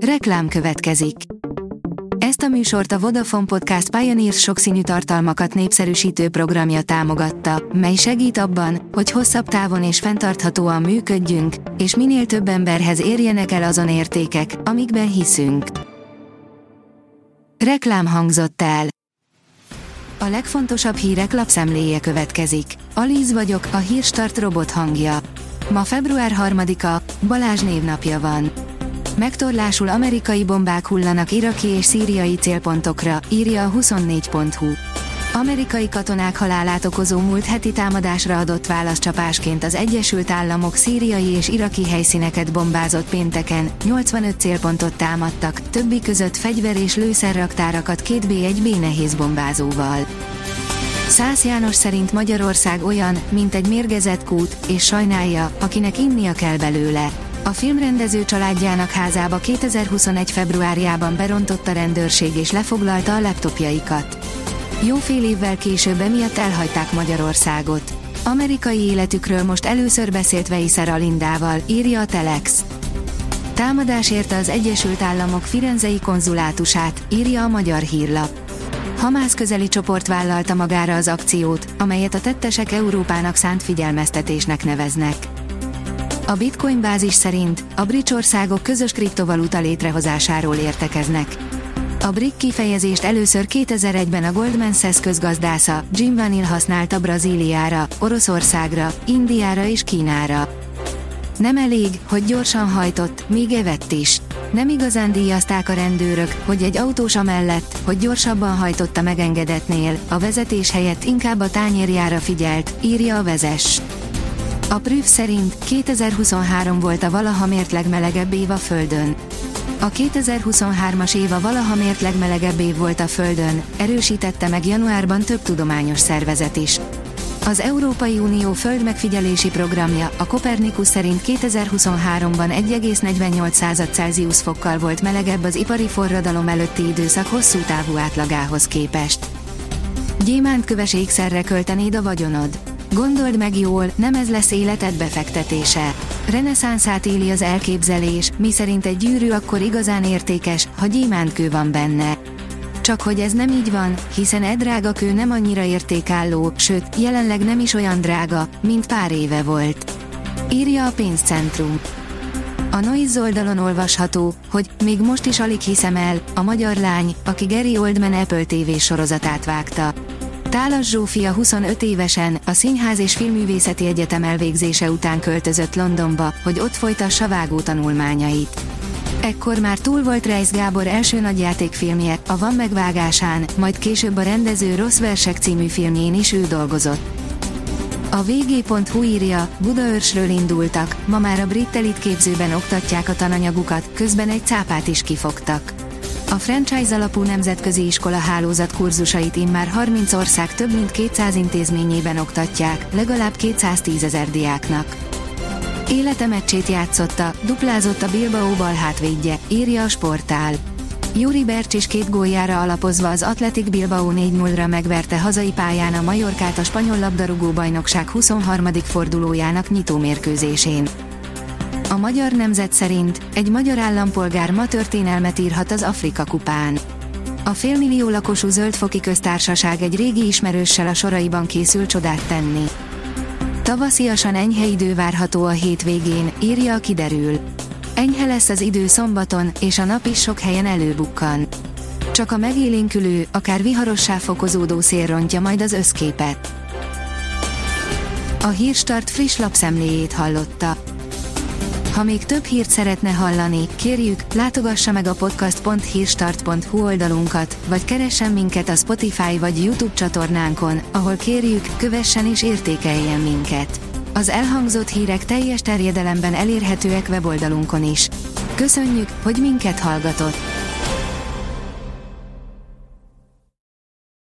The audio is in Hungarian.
Reklám következik. Ezt a műsort a Vodafone Podcast Pioneers sokszínű tartalmakat népszerűsítő programja támogatta, mely segít abban, hogy hosszabb távon és fenntarthatóan működjünk, és minél több emberhez érjenek el azon értékek, amikben hiszünk. Reklám hangzott el. A legfontosabb hírek lapszemléje következik. Alíz vagyok, a Hírstart robot hangja. Ma február 3-a, Balázs névnapja van. Megtorlásul amerikai bombák hullanak iraki és szíriai célpontokra, írja a 24.hu. Amerikai katonák halálát okozó múlt heti támadásra adott válaszcsapásként az Egyesült Államok szíriai és iraki helyszíneket bombázott pénteken, 85 célpontot támadtak, többi között fegyver- és lőszerraktárakat 2 B-1B nehéz bombázóval. Szász János szerint Magyarország olyan, mint egy mérgezett kút, és sajnálja, akinek innia kell belőle. A filmrendező családjának házába 2021. februárjában berontott a rendőrség és lefoglalta a laptopjaikat. Jó fél évvel később emiatt elhagyták Magyarországot. Amerikai életükről most először beszélt Veiser Alindával, írja a Telex. Támadás érte az Egyesült Államok firenzei konzulátusát, írja a Magyar Hírlap. Hamász közeli csoport vállalta magára az akciót, amelyet a tettesek Európának szánt figyelmeztetésnek neveznek. A Bitcoin bázis szerint a BRICS országok közös kriptovaluta létrehozásáról értekeznek. A BRIC kifejezést először 2001-ben a Goldman Sachs közgazdásza, Jim Vanil használta Brazíliára, Oroszországra, Indiára és Kínára. Nem elég, hogy gyorsan hajtott, még evett is. Nem igazán díjazták a rendőrök, hogy egy autós amellett, hogy gyorsabban hajtott a megengedettnél, a vezetés helyett inkább a tányérjára figyelt, írja a Vezess. A Prüf szerint 2023 volt a valaha mért legmelegebb év a Földön. A 2023-as év a valaha mért legmelegebb év volt a Földön, erősítette meg januárban több tudományos szervezet is. Az Európai Unió földmegfigyelési programja, a Copernicus szerint 2023-ban 1,48 Celsius fokkal volt melegebb az ipari forradalom előtti időszak hosszú távú átlagához képest. Gyémántköves ékszerre költenéd a vagyonod. Gondold meg jól, nem ez lesz életed befektetése. Reneszánszát éli az elképzelés, miszerint egy gyűrű akkor igazán értékes, ha gyémántkő van benne. Csak hogy ez nem így van, hiszen e drága kő nem annyira értékálló, sőt, jelenleg nem is olyan drága, mint pár éve volt. Írja a Pénzcentrum. A Noise oldalon olvasható, hogy még most is alig hiszem el, a magyar lány, aki Gary Oldman Apple TV sorozatát vágta. Tálas Zsófia 25 évesen, a Színház és Filmművészeti Egyetem elvégzése után költözött Londonba, hogy ott folytassa vágó tanulmányait. Ekkor már túl volt Reisz Gábor első nagyjátékfilmje, a Van megvágásán, majd később a rendező Rossz versek című filmjén is ő dolgozott. A vg.hu írja, Budaörsről indultak, ma már a brit elitképzőben oktatják a tananyagukat, közben egy cápát is kifogtak. A franchise alapú nemzetközi iskola hálózat kurzusait immár 30 ország több mint 200 intézményében oktatják, legalább 210 000 diáknak. Élete meccsét játszotta, duplázott a Bilbao balhátvédje, írja a Sportál. Juri Bercsis 2 góljára alapozva az Athletic Bilbao 4-0-ra megverte hazai pályán a Mallorcát a spanyol labdarúgó-bajnokság 23. fordulójának nyitómérkőzésén. A Magyar Nemzet szerint egy magyar állampolgár ma történelmet írhat az Afrika kupán. A félmillió lakosú Zöld-foki köztársaság egy régi ismerőssel a soraiban készül csodát tenni. Tavasziasan enyhe idő várható a hétvégén, írja a Kiderül. Enyhe lesz az idő szombaton, és a nap is sok helyen előbukkan. Csak a megélénkülő, akár viharossá fokozódó szél rontja majd az összképet. A Hírstart friss lapszemléjét hallotta. Ha még több hírt szeretne hallani, kérjük, látogassa meg a podcast.hírstart.hu oldalunkat, vagy keressen minket a Spotify vagy YouTube csatornánkon, ahol kérjük, kövessen és értékeljen minket. Az elhangzott hírek teljes terjedelemben elérhetőek weboldalunkon is. Köszönjük, hogy minket hallgatott!